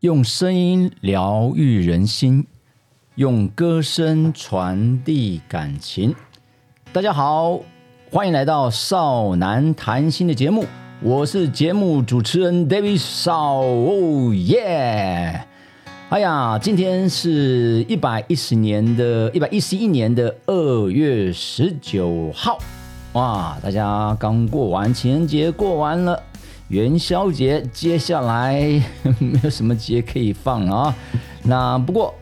用声音疗愈人心，用歌声传递感情。大家好，欢迎来到少男谈心的节目，我是节目主持人 David 少哦耶！哎呀，今天是111年的2月19号，哇！大家刚过完情人节，过完了元宵节，接下来没有什么节可以放了啊。那不过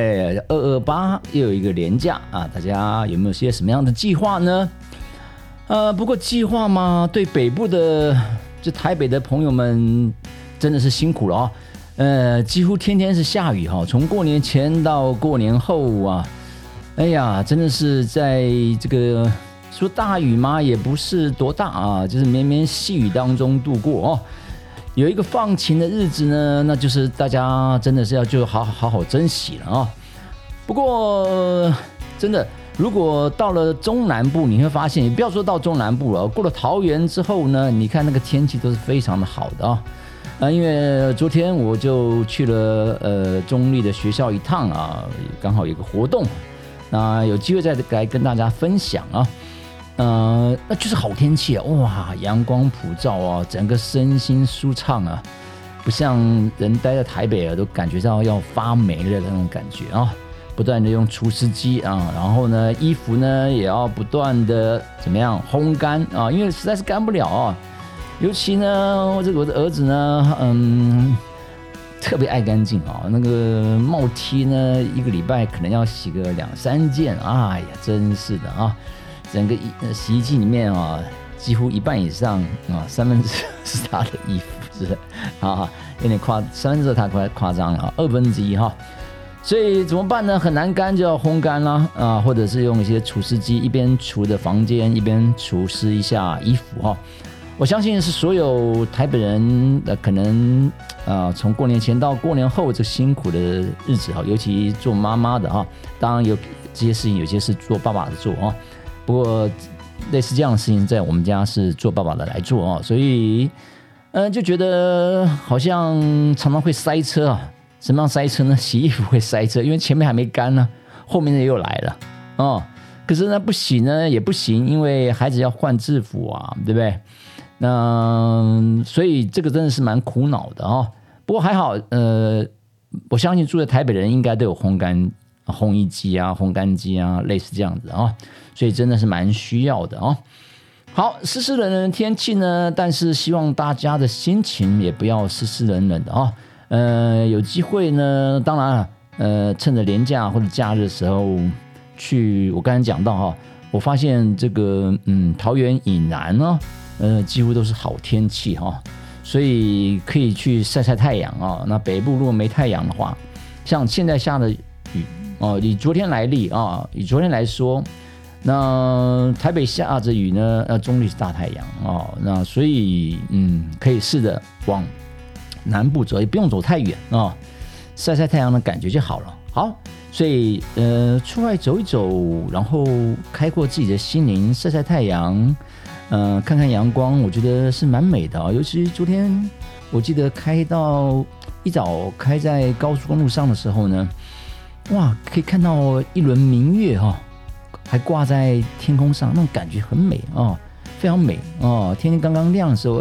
228又有一个连假啊，大家有没有些什么样的计划呢？不过计划嘛，对北部的这台北的朋友们真的是辛苦了啊。几乎天天是下雨哈，从过年前到过年后啊，哎呀，真的是在这个说大雨嘛，也不是多大啊，就是绵绵细雨当中度过哦。有一个放晴的日子呢，那就是大家真的是要就好好珍惜了啊。不过真的，如果到了中南部，你会发现，你不要说到中南部了，过了桃园之后呢，你看那个天气都是非常的好的啊。因为昨天我就去了中立的学校一趟啊，刚好有个活动，那有机会再来跟大家分享啊。那就是好天气啊，哇，阳光普照啊，整个身心舒畅啊，不像人待在台北啊，都感觉到要发霉的那种感觉啊。不断的用除湿机啊，然后呢，衣服呢也要不断的怎么样烘干啊，因为实在是干不了啊。尤其呢，我的儿子呢，特别爱干净啊，那个帽 T 呢，一个礼拜可能要洗个2-3件，哎呀，真是的啊。整个洗衣机里面啊，几乎一半以上啊，2/3是他的衣服，是的啊，有点3/4太夸张了，1/2哈。所以怎么办呢？很难干就要烘干啦啊，或者是用一些除湿机，一边除的房间，一边除湿一下衣服哈。我相信是所有台北人可能从过年前到过年后这辛苦的日子哈，尤其做妈妈的哈，当然有这些事情，有些是做爸爸的做哈。不过类似这样的事情在我们家是做爸爸的来做啊，所以就觉得好像常常会塞车啊。什么样塞车呢？洗衣服会塞车，因为前面还没干呢，后面的又来了哦。可是呢不洗呢也不行，因为孩子要换制服啊，对不对？那所以这个真的是蛮苦恼的哦。不过还好，我相信住在台北的人应该都有烘衣机啊、烘干机啊，类似这样子啊，所以真的是蛮需要的啊。好，湿湿冷冷的天气呢，但是希望大家的心情也不要湿湿冷冷的啊。有机会呢，当然趁着连假或者假日的时候去，我刚才讲到哈，我发现这个桃园以南呢，几乎都是好天气哈，所以可以去晒晒太阳啊。那北部如果没太阳的话，像现在下的雨哦，以昨天来例啊，以昨天来说，那台北下着雨呢，中立是大太阳哦，那所以可以试着往南部走，也不用走太远啊，晒晒太阳的感觉就好了。好，所以出来走一走，然后开阔自己的心灵，晒晒太阳，看看阳光，我觉得是蛮美的啊。尤其昨天我记得一早开在高速公路上的时候呢，哇，可以看到一轮明月哈，还挂在天空上，那种感觉很美啊，非常美啊。天刚刚亮的时候，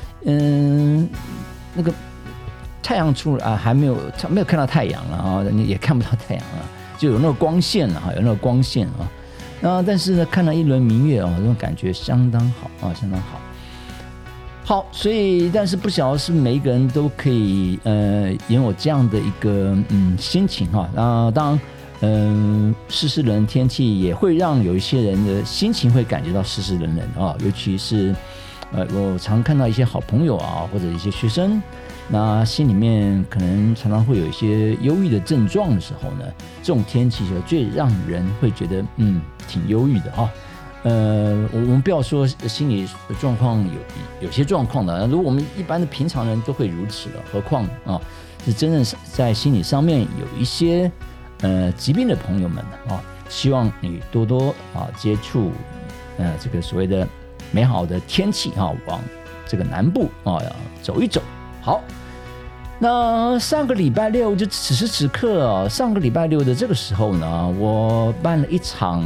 那个太阳出来还没有看到太阳了啊，你也看不到太阳了，就有那个光线了哈，有那个光线啊。但是呢，看到一轮明月啊，这种感觉相当好啊，相当好。好，所以但是不晓得是每一个人都可以拥有这样的一个心情哈。当然湿湿冷天气也会让有一些人的心情会感觉到湿湿冷冷啊，尤其是我常看到一些好朋友啊，或者一些学生，那心里面可能常常会有一些忧郁的症状的时候呢，这种天气就最让人会觉得挺忧郁的哈。我们不要说心理状况有些状况的，如果我们一般的平常人都会如此的，何况啊是真正在心理上面有一些疾病的朋友们啊，希望你多多接触这个所谓的美好的天气啊，往这个南部走一走。好， 那上个礼拜六，就此时此刻上个礼拜六的这个时候呢，我办了一场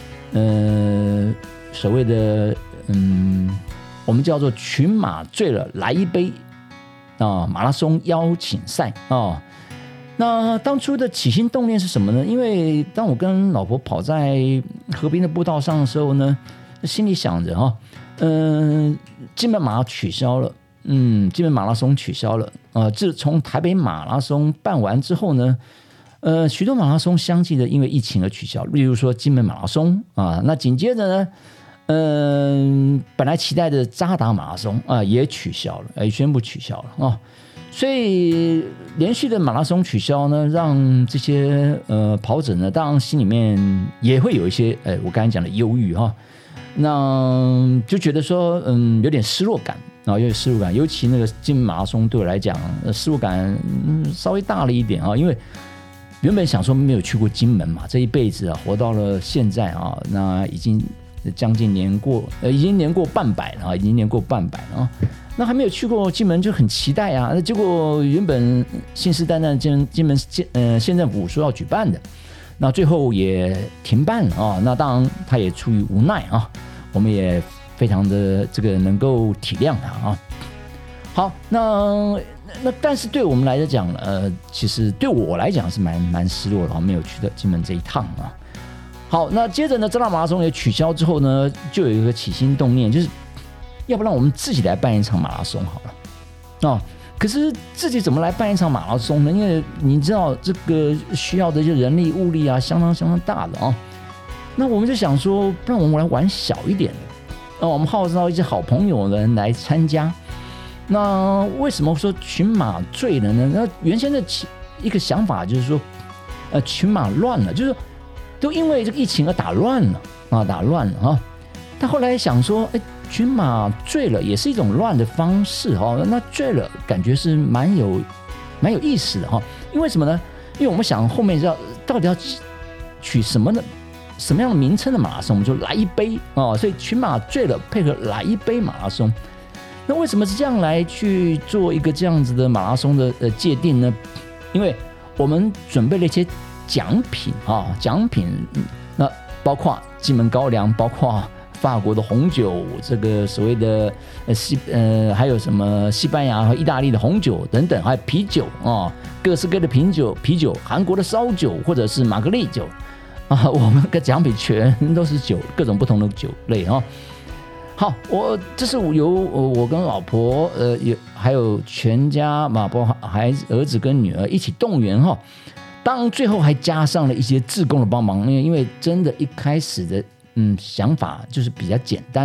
所谓的我们叫做群马醉了来一杯马拉松邀请赛那当初的起心动念是什么呢？因为当我跟老婆跑在河滨的步道上的时候呢，心里想着金门马取消了，金门马拉松取消了自从台北马拉松办完之后呢，许多马拉松相继的因为疫情而取消，例如说金门马拉松那紧接着呢，本来期待的渣打马拉松也取消了，也宣布取消了所以连续的马拉松取消呢，让这些跑者呢，当然心里面也会有一些我刚才讲的忧郁那就觉得说有点失落感有点失落感，尤其那个金门马拉松对我来讲失落感稍微大了一点因为原本想说没有去过金门嘛，这一辈子活到了现在那已经将近已经年过半百了已经年过半百了那还没有去过金门就很期待那结果原本信誓旦旦金门县政府说要举办的，那最后也停办了那当然他也出于无奈我们也非常的这个能够体谅他好，那但是对我们来讲其实对我来讲是蛮失落的没有去到金门这一趟好，那接着呢，渣打马拉松也取消之后呢，就有一个起心动念，就是要不然我们自己来办一场马拉松好了可是自己怎么来办一场马拉松呢？因为你知道这个需要的人力物力相当大的那我们就想说，不然我们来玩小一点的我们号召一些好朋友们来参加。那为什么说群马醉了呢？那原先的一个想法就是说群马乱了，就是说都因为这个疫情而打乱了但后来想说群马醉了也是一种乱的方式那醉了感觉是蛮有意思的因为什么呢？因为我们想后面到底要取什么样的名称的马拉松，我们就来一杯所以群马醉了配合来一杯马拉松。那为什么是这样来去做一个这样子的马拉松的界定呢？因为我们准备了一些奖品那包括金门高粱，包括法国的红酒，这个所谓的还有什么西班牙和意大利的红酒等等，还有啤酒各式各的啤酒，韩国的烧酒或者是玛格丽酒我们的奖品全都是酒，各种不同的酒类好，这是由我跟老婆还有全家包括儿子跟女儿一起动员当然最后还加上了一些志工的帮忙，因为真的一开始的想法就是比较简单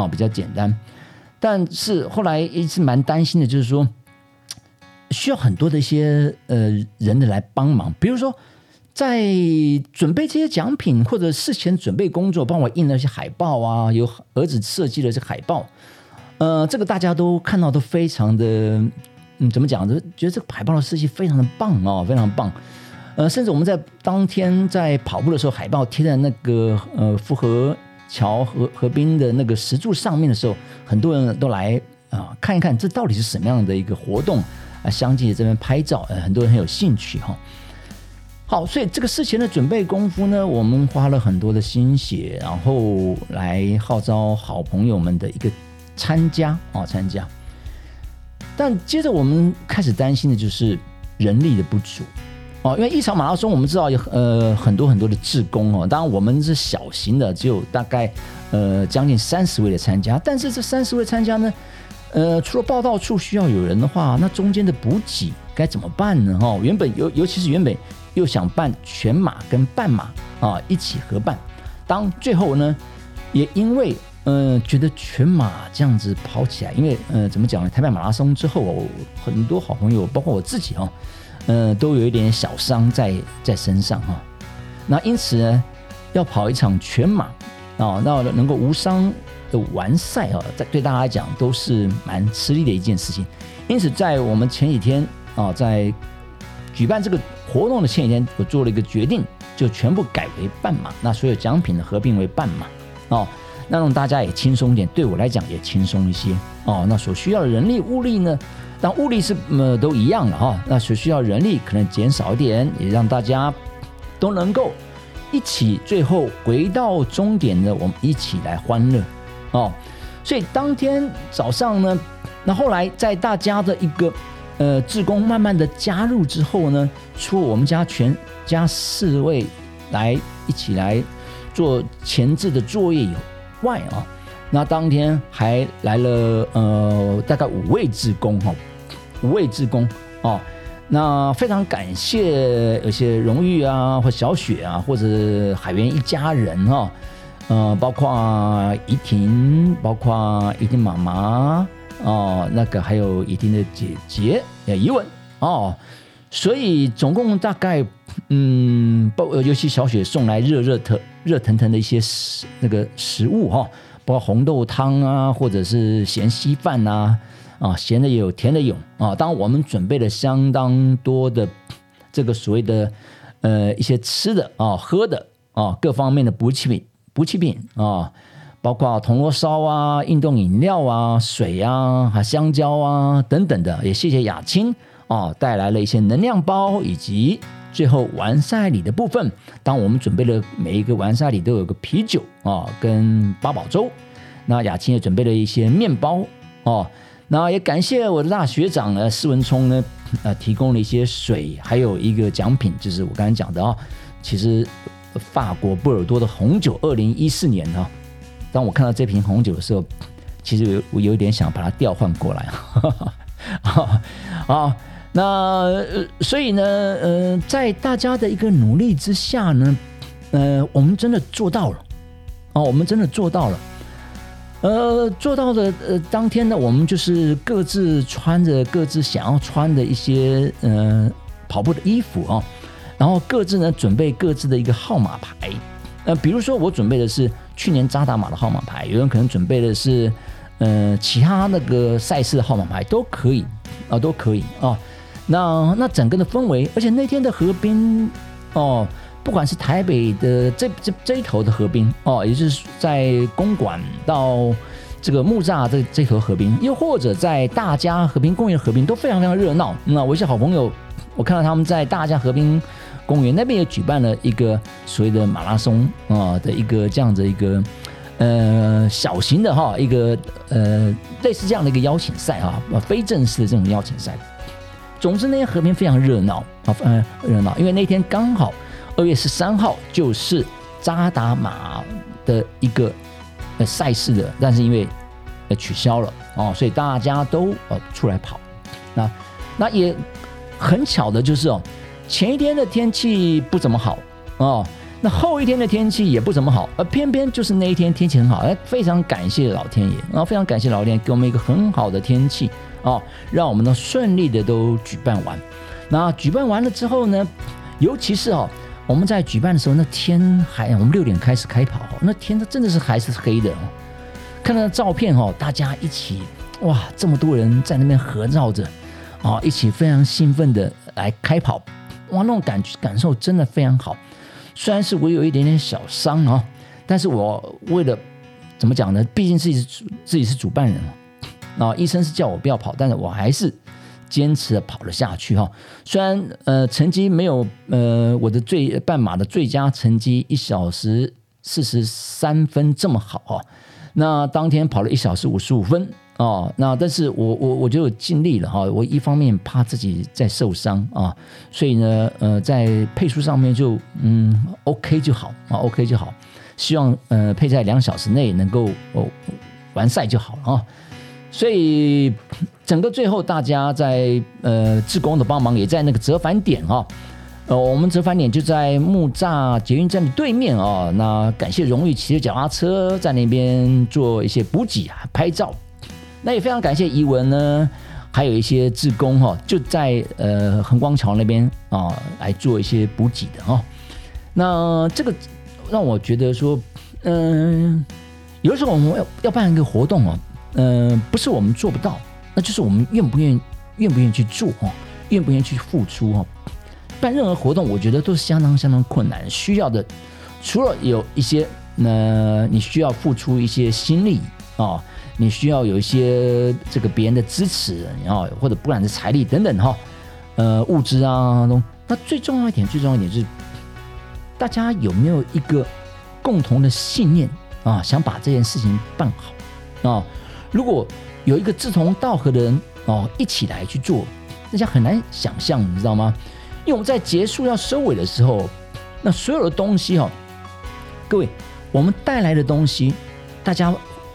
但是后来一直蛮担心的，就是说需要很多的一些人的来帮忙，比如说在准备这些奖品或者事前准备工作，帮我印了一些海报有儿子设计了这海报这个大家都看到都非常的怎么讲，觉得这个海报的设计非常的棒非常棒甚至我们在当天在跑步的时候，海报贴在那个福和桥河滨的那个石柱上面的时候，很多人都来看一看这到底是什么样的一个活动相继这边拍照很多人很有兴趣好，所以这个事前的准备功夫呢，我们花了很多的心血，然后来号召好朋友们的一个参加但接着我们开始担心的就是人力的不足因为一场马拉松我们知道有很多的志工当然我们是小型的，只有大概将近30位的参加，但是这30位参加呢除了报到处需要有人的话，那中间的补给该怎么办呢原本尤其是原本又想办全马跟半马一起合办，当最后呢也因为觉得全马这样子跑起来，因为怎么讲呢，台北马拉松之后很多好朋友包括我自己都有一点小伤在身上那因此呢要跑一场全马那能够无伤的完赛对大家来讲都是蛮吃力的一件事情。因此在我们前几天在举办这个活动的前几天，我做了一个决定，就全部改为半马，那所有奖品合并为半马那让大家也轻松一点，对我来讲也轻松一些那所需要的人力物力呢但物力是都一样的哈，那所需要人力可能减少一点，也让大家都能够一起最后回到终点呢，我们一起来欢乐哦。所以当天早上呢，那后来在大家的一个志工慢慢的加入之后呢，除了我们家全家4位来一起来做前置的作业以外啊，那当天还来了大概5位志工哈，5位志工哦。那非常感谢有些荣誉啊，或小雪啊，或者海源一家人哈，包括怡婷，包括怡婷妈妈哦，那个还有怡婷的姐姐怡文哦，所以总共大概尤其小雪送来热腾腾的一些那个食物哈，包括红豆汤啊，或者是咸稀饭啊。咸的也有，甜的有啊。当然，我们准备了相当多的这个所谓的一些吃的啊、喝的啊，各方面的补给品啊，包括铜锣烧啊、运动饮料啊、水啊、香蕉啊等等的。也谢谢雅青啊，带来了一些能量包，以及最后完赛礼的部分。当我们准备了每一个完赛礼都有个啤酒啊，跟八宝粥。那雅青也准备了一些面包哦。那也感谢我的大学长呢，施文聪呢，提供了一些水，还有一个奖品，就是我刚才讲的啊，其实法国波尔多的红酒，2014年哈，当我看到这瓶红酒的时候，其实我有一点想把它调换过来啊，那所以呢，在大家的一个努力之下呢，我们真的做到了啊，我们真的做到了。做到的当天呢，我们就是各自穿着各自想要穿的一些跑步的衣服啊，然后各自呢准备各自的一个号码牌。比如说我准备的是去年扎达马的号码牌，有人可能准备的是其他那个赛事的号码牌，都可以啊，都可以啊。那整个的氛围，而且那天的河滨哦。不管是台北的这一头的河滨哦，也就是在公馆到这个木栅这头河滨，又或者在大家河滨公园河滨，都非常非常热闹。那我一些好朋友，我看到他们在大家河滨公园那边也举办了一个所谓的马拉松的一个这样的一个小型的哈一个类似这样的一个邀请赛哈，非正式的这种邀请赛。总之那天河滨非常热闹热闹，因为那天刚好。2月13号就是扎达马的一个赛事的，但是因为取消了哦，所以大家都出来跑。那也很巧的就是前一天的天气不怎么好哦，那后一天的天气也不怎么好，而偏偏就是那一天天气很好，非常感谢老天爷，然后非常感谢老天爷给我们一个很好的天气哦，让我们呢顺利的都举办完。那举办完了之后呢，尤其是我们在举办的时候，那天我们6点开始开跑，那天真的是还是黑的。看到照片大家一起哇，这么多人在那边合照着一起非常兴奋的来开跑，哇，那种感受真的非常好。虽然是我有一点点小伤但是我为了怎么讲呢？毕竟自己是主办人医生是叫我不要跑，但是我还是坚持的跑了下去虽然成绩没有我的半马的最佳成绩1小时43分这么好那当天跑了1小时55分那但是我就尽力了我一方面怕自己再受伤所以呢在配速上面就OK 就好OK 就好，希望配在2小时内能够完赛就好了所以整个最后大家在志工的帮忙，也在那个折返点我们折返点就在木栅捷运站的对面那感谢荣誉骑着脚踏车在那边做一些补给拍照。那也非常感谢怡文呢，还有一些志工就在横光桥那边来做一些补给的那这个让我觉得说有的时候我们要办一个活动不是我们做不到，那就是我们愿不愿意去做愿不愿意去付出办任何活动我觉得都是相当困难，需要的除了有一些你需要付出一些心力你需要有一些这个别人的支持，或者不管是财力等等物资啊，那最重要一点就是大家有没有一个共同的信念啊，想把这件事情办好啊？如果有一个志同道合的人一起来去做，大家很难想象，你知道吗？因为我们在结束要收尾的时候，那所有的东西各位，我们带来的东西，大家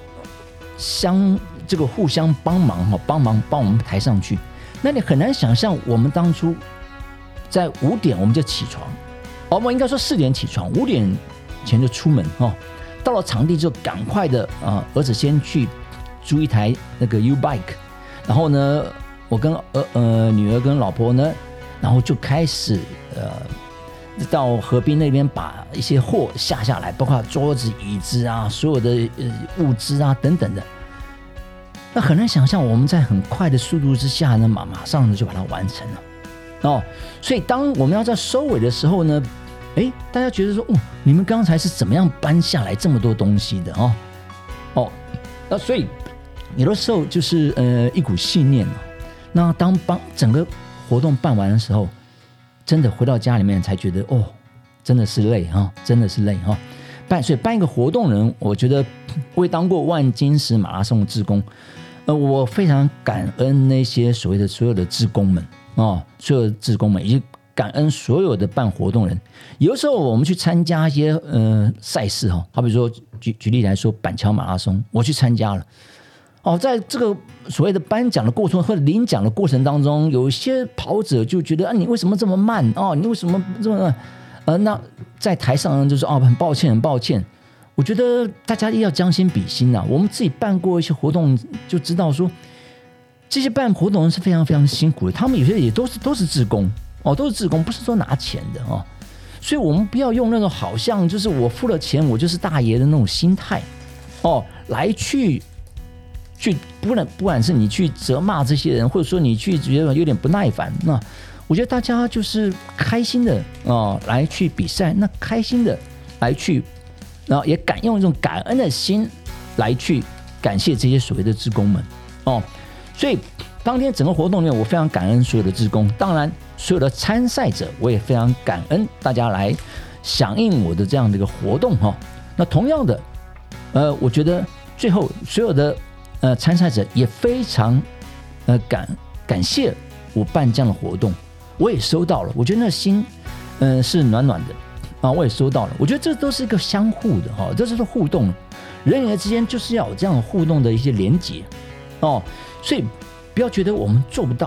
互相帮忙帮我们抬上去。那你很难想象，我们当初在5点我们就起床，我们应该说4点起床，5点前就出门到了场地之后，赶快的儿子先去租一台那个 U-Bike， 然后呢，我跟女儿跟老婆呢，然后就开始到河滨那边把一些货下来，包括桌子、椅子啊，所有的物资啊等等的。那很难想象，我们在很快的速度之下呢，马上就把它完成了所以当我们要在收尾的时候呢，大家觉得说，你们刚才是怎么样搬下来这么多东西的那所以有的时候就是一股信念那当整个活动办完的时候，真的回到家里面才觉得真的是累真的是累所以办一个活动人，我觉得我也当过万金石马拉松的志工，我非常感恩那些所有的志工们所有的志工们，以及感恩所有的办活动人。有的时候我们去参加一些赛事好比说举例来说板桥马拉松，我去参加了在这个所谓的颁奖的过程或者领奖的过程当中，有一些跑者就觉得你为什么这么慢你为什么这么那在台上就是很抱歉。我觉得大家要将心比心我们自己办过一些活动就知道说，这些办活动人是非常非常辛苦的，他们有些也都是志工都是志工，不是说拿钱的所以我们不要用那种好像就是我付了钱我就是大爷的那种心态来去不管是你去责骂这些人，或者说你去觉得有点不耐烦，那我觉得大家就是开心的来去比赛，那开心的来去，然后也用一种感恩的心来去感谢这些所谓的志工们所以当天整个活动里面，我非常感恩所有的志工，当然所有的参赛者，我也非常感恩大家来响应我的这样的一个活动那同样的我觉得最后所有的参赛者也非常感谢我办这样的活动，我也收到了，我觉得那心是暖暖的我也收到了，我觉得这都是一个相互的这是互动，人与人之间就是要有这样互动的一些连结所以不要觉得我们做不到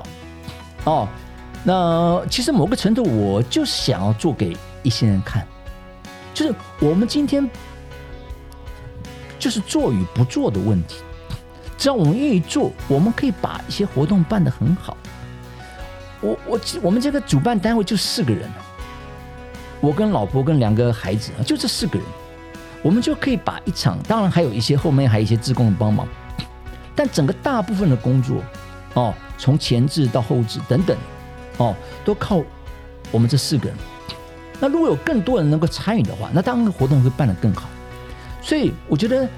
那其实某个程度我就是想要做给一些人看，就是我们今天就是做与不做的问题，只要我们愿意做，我们可以把一些活动办得很好。我们这个主办单位就4个人，我跟老婆跟2个孩子就这4个人，我们就可以把一场，当然还有一些后面还有一些志工的帮忙，但整个大部分的工作从前置到后置等等都靠我们这4个人。那如果有更多人能够参与的话，那当然活动会办得更好。所以我觉得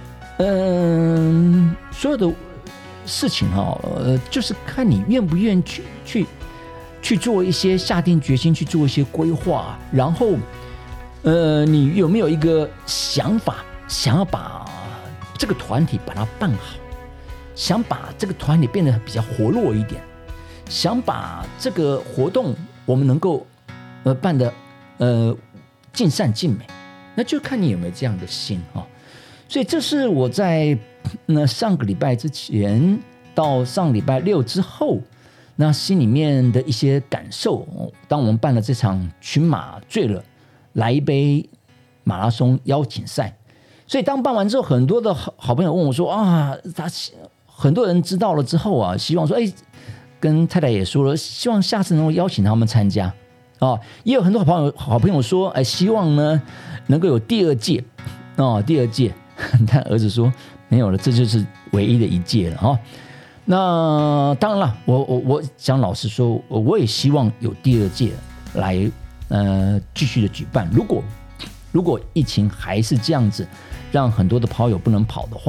所有的事情就是看你愿不愿意去做一些下定决心去做一些规划，然后你有没有一个想法，想要把这个团体把它办好，想把这个团体变得比较活络一点，想把这个活动我们能够办得尽善尽美，那就看你有没有这样的心所以这是我在上个礼拜之前到上礼拜6之后，那心里面的一些感受当我们办了这场群马醉了来一杯马拉松邀请赛，所以当办完之后，很多的好朋友问我说很多人知道了之后希望说跟太太也说了，希望下次能够邀请他们参加也有很多好朋友说希望呢能够有第二届但儿子说没有了，这就是唯一的一届了那当然了，我讲老实说，我也希望有第2届来继续的举办。如果疫情还是这样子，让很多的跑友不能跑的话，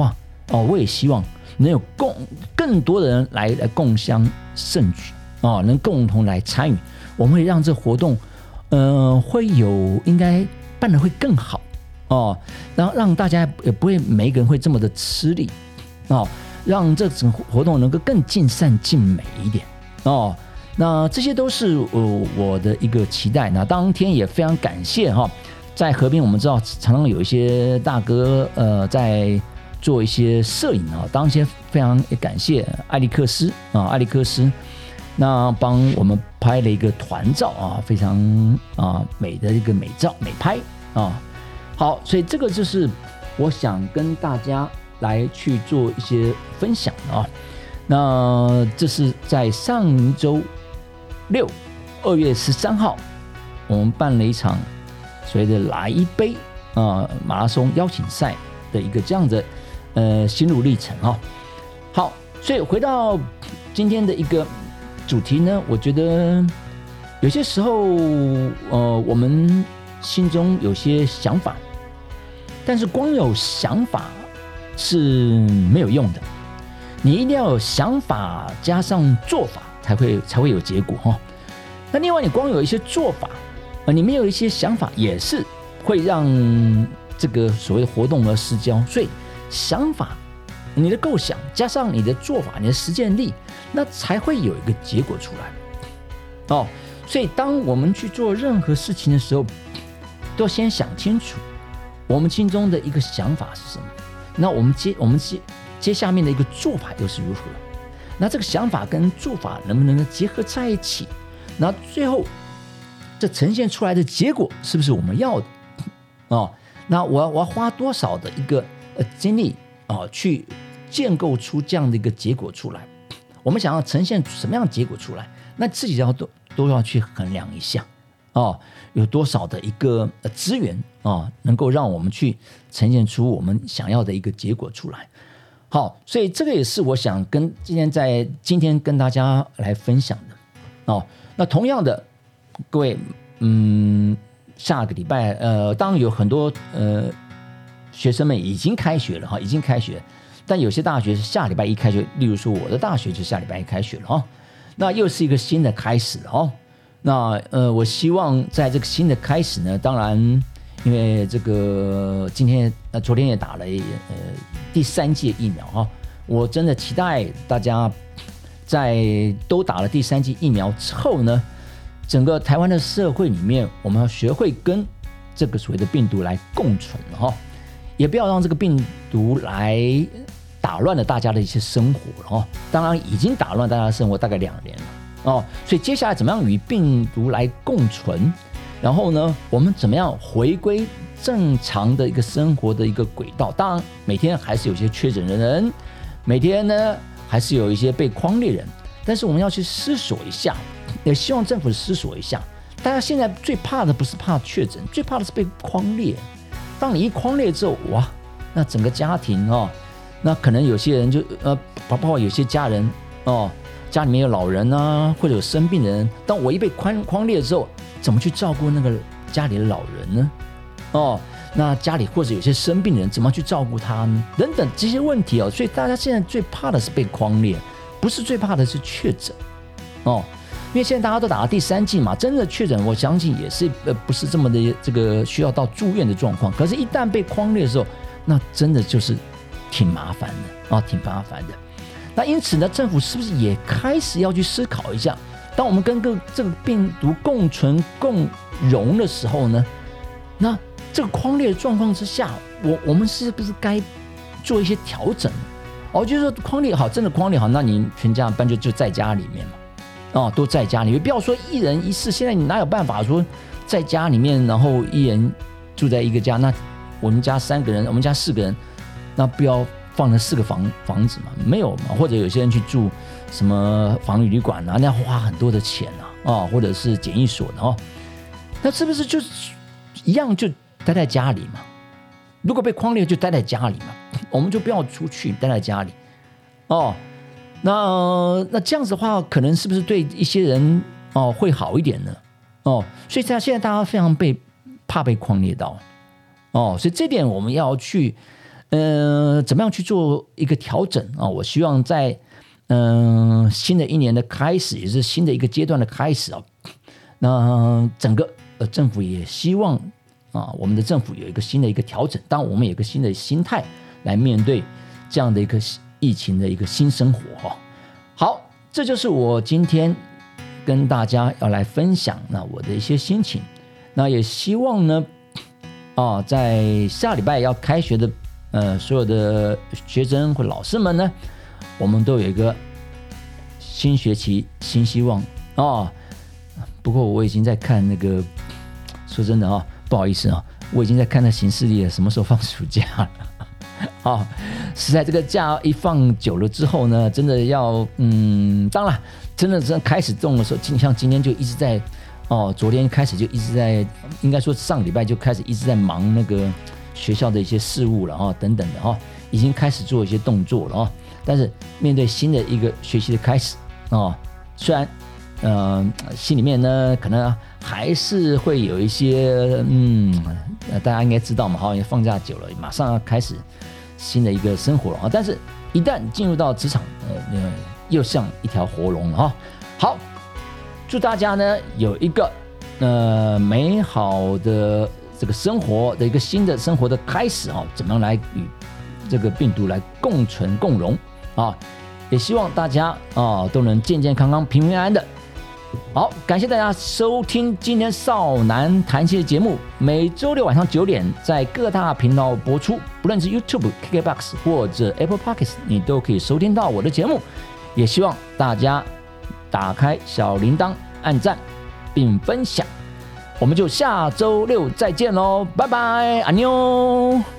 我也希望能有更多的人来共襄盛举能共同来参与，我们会让这活动会有应该办得会更好然后让大家也不会每一个人会这么的吃力让这整个活动能够更尽善尽美一点那这些都是我的一个期待。那当天也非常感谢在河边我们知道常常有一些大哥在做一些摄影当天非常感谢艾利克斯那帮我们拍了一个团照非常美的一个美拍好，所以这个就是我想跟大家来去做一些分享那这是在上周六2月13号我们办了一场所谓的来一杯马拉松邀请赛的一个这样的心路历程好，所以回到今天的一个主题呢，我觉得有些时候我们心中有些想法，但是光有想法是没有用的，你一定要有想法加上做法才会有结果那另外你光有一些做法你没有一些想法也是会让这个所谓的活动而失焦。所以想法你的构想加上你的做法你的实践力，那才会有一个结果出来所以当我们去做任何事情的时候，都要先想清楚我们心中的一个想法是什么，那我们接下面的一个做法又是如何，那这个想法跟做法能不能结合在一起，那最后这呈现出来的结果是不是我们要的那我要花多少的一个精力去建构出这样的一个结果出来，我们想要呈现什么样的结果出来，那自己都要去衡量一下有多少的一个资源能够让我们去呈现出我们想要的一个结果出来。好，所以这个也是我想跟今天跟大家来分享的那同样的各位下个礼拜当然有很多学生们已经开学了但有些大学是下礼拜一开学，例如说我的大学就下礼拜一开学了那又是一个新的开始那我希望在这个新的开始呢，当然因为这个昨天也打了第3剂疫苗我真的期待大家在都打了第3剂疫苗之后呢，整个台湾的社会里面，我们要学会跟这个所谓的病毒来共存也不要让这个病毒来打乱了大家的一些生活了当然已经打乱大家的生活大概2年了所以接下来怎么样与病毒来共存，然后呢我们怎么样回归正常的一个生活的一个轨道，当然每天还是有些确诊的人，每天呢还是有一些被匡列人，但是我们要去思索一下，也希望政府思索一下，大家现在最怕的不是怕确诊，最怕的是被匡列。当你一匡列之后，哇，那整个家庭那可能有些人就包括有些家人家里面有老人或者有生病的人，当我一被匡列之后，怎么去照顾那个家里的老人呢那家里或者有些生病的人怎么去照顾他呢？等等这些问题所以大家现在最怕的是被匡列，不是最怕的是确诊因为现在大家都打了第3剂嘛，真的确诊我相信也是不是这么的这个需要到住院的状况，可是一旦被匡列的时候，那真的就是挺麻烦的那因此呢，政府是不是也开始要去思考一下，当我们跟这个病毒共存共荣的时候呢，那这个匡列的状况之下，我们是不是该做一些调整就是说匡列好，真的匡列好，那你全家班就在家里面嘛都在家里面，不要说一人一室，现在你哪有办法说在家里面然后一人住在一个家，那我们家3个人，我们家4个人，那不要放了4个房子嘛？没有嘛？或者有些人去住什么防疫旅馆那要花很多的钱或者是检疫所的那是不是就一样就待在家里嘛？如果被匡列就待在家里嘛，我们就不要出去，待在家里那这样子的话，可能是不是对一些人会好一点呢？所以现在大家非常怕被匡列到所以这点我们要去怎么样去做一个调整啊？我希望在新的一年的开始，也是新的一个阶段的开始啊。那整个政府也希望啊，我们的政府有一个新的一个调整，当我们有一个新的心态来面对这样的一个疫情的一个新生活哈。好，这就是我今天跟大家要来分享那我的一些心情。那也希望呢，在下礼拜要开学的所有的学生或老师们呢，我们都有一个新学期新希望啊。不过我已经在看那个，说真的啊，不好意思啊，我已经在看那行事历了，什么时候放暑假了？实在这个假一放久了之后呢，真的要当然真的开始动的时候，像今天就一直在昨天开始就一直在，应该说上礼拜就开始一直在忙那个学校的一些事务了等等的已经开始做一些动作了但是面对新的一个学习的开始虽然心里面呢可能还是会有一些大家应该知道嘛因为放假久了，马上要开始新的一个生活了但是一旦进入到职场又像一条活龙了好，祝大家呢有一个美好的这个生活的一个新的生活的开始怎么样来与这个病毒来共存共荣也希望大家都能健健康康平平安安的。好，感谢大家收听今天少男谈心的节目，每周六晚上9点在各大频道播出，不论是 YouTube、KKBOX 或者 Apple Podcast， 你都可以收听到我的节目。也希望大家打开小铃铛，按赞并分享。我们就下周六再见喽，拜拜，安妞。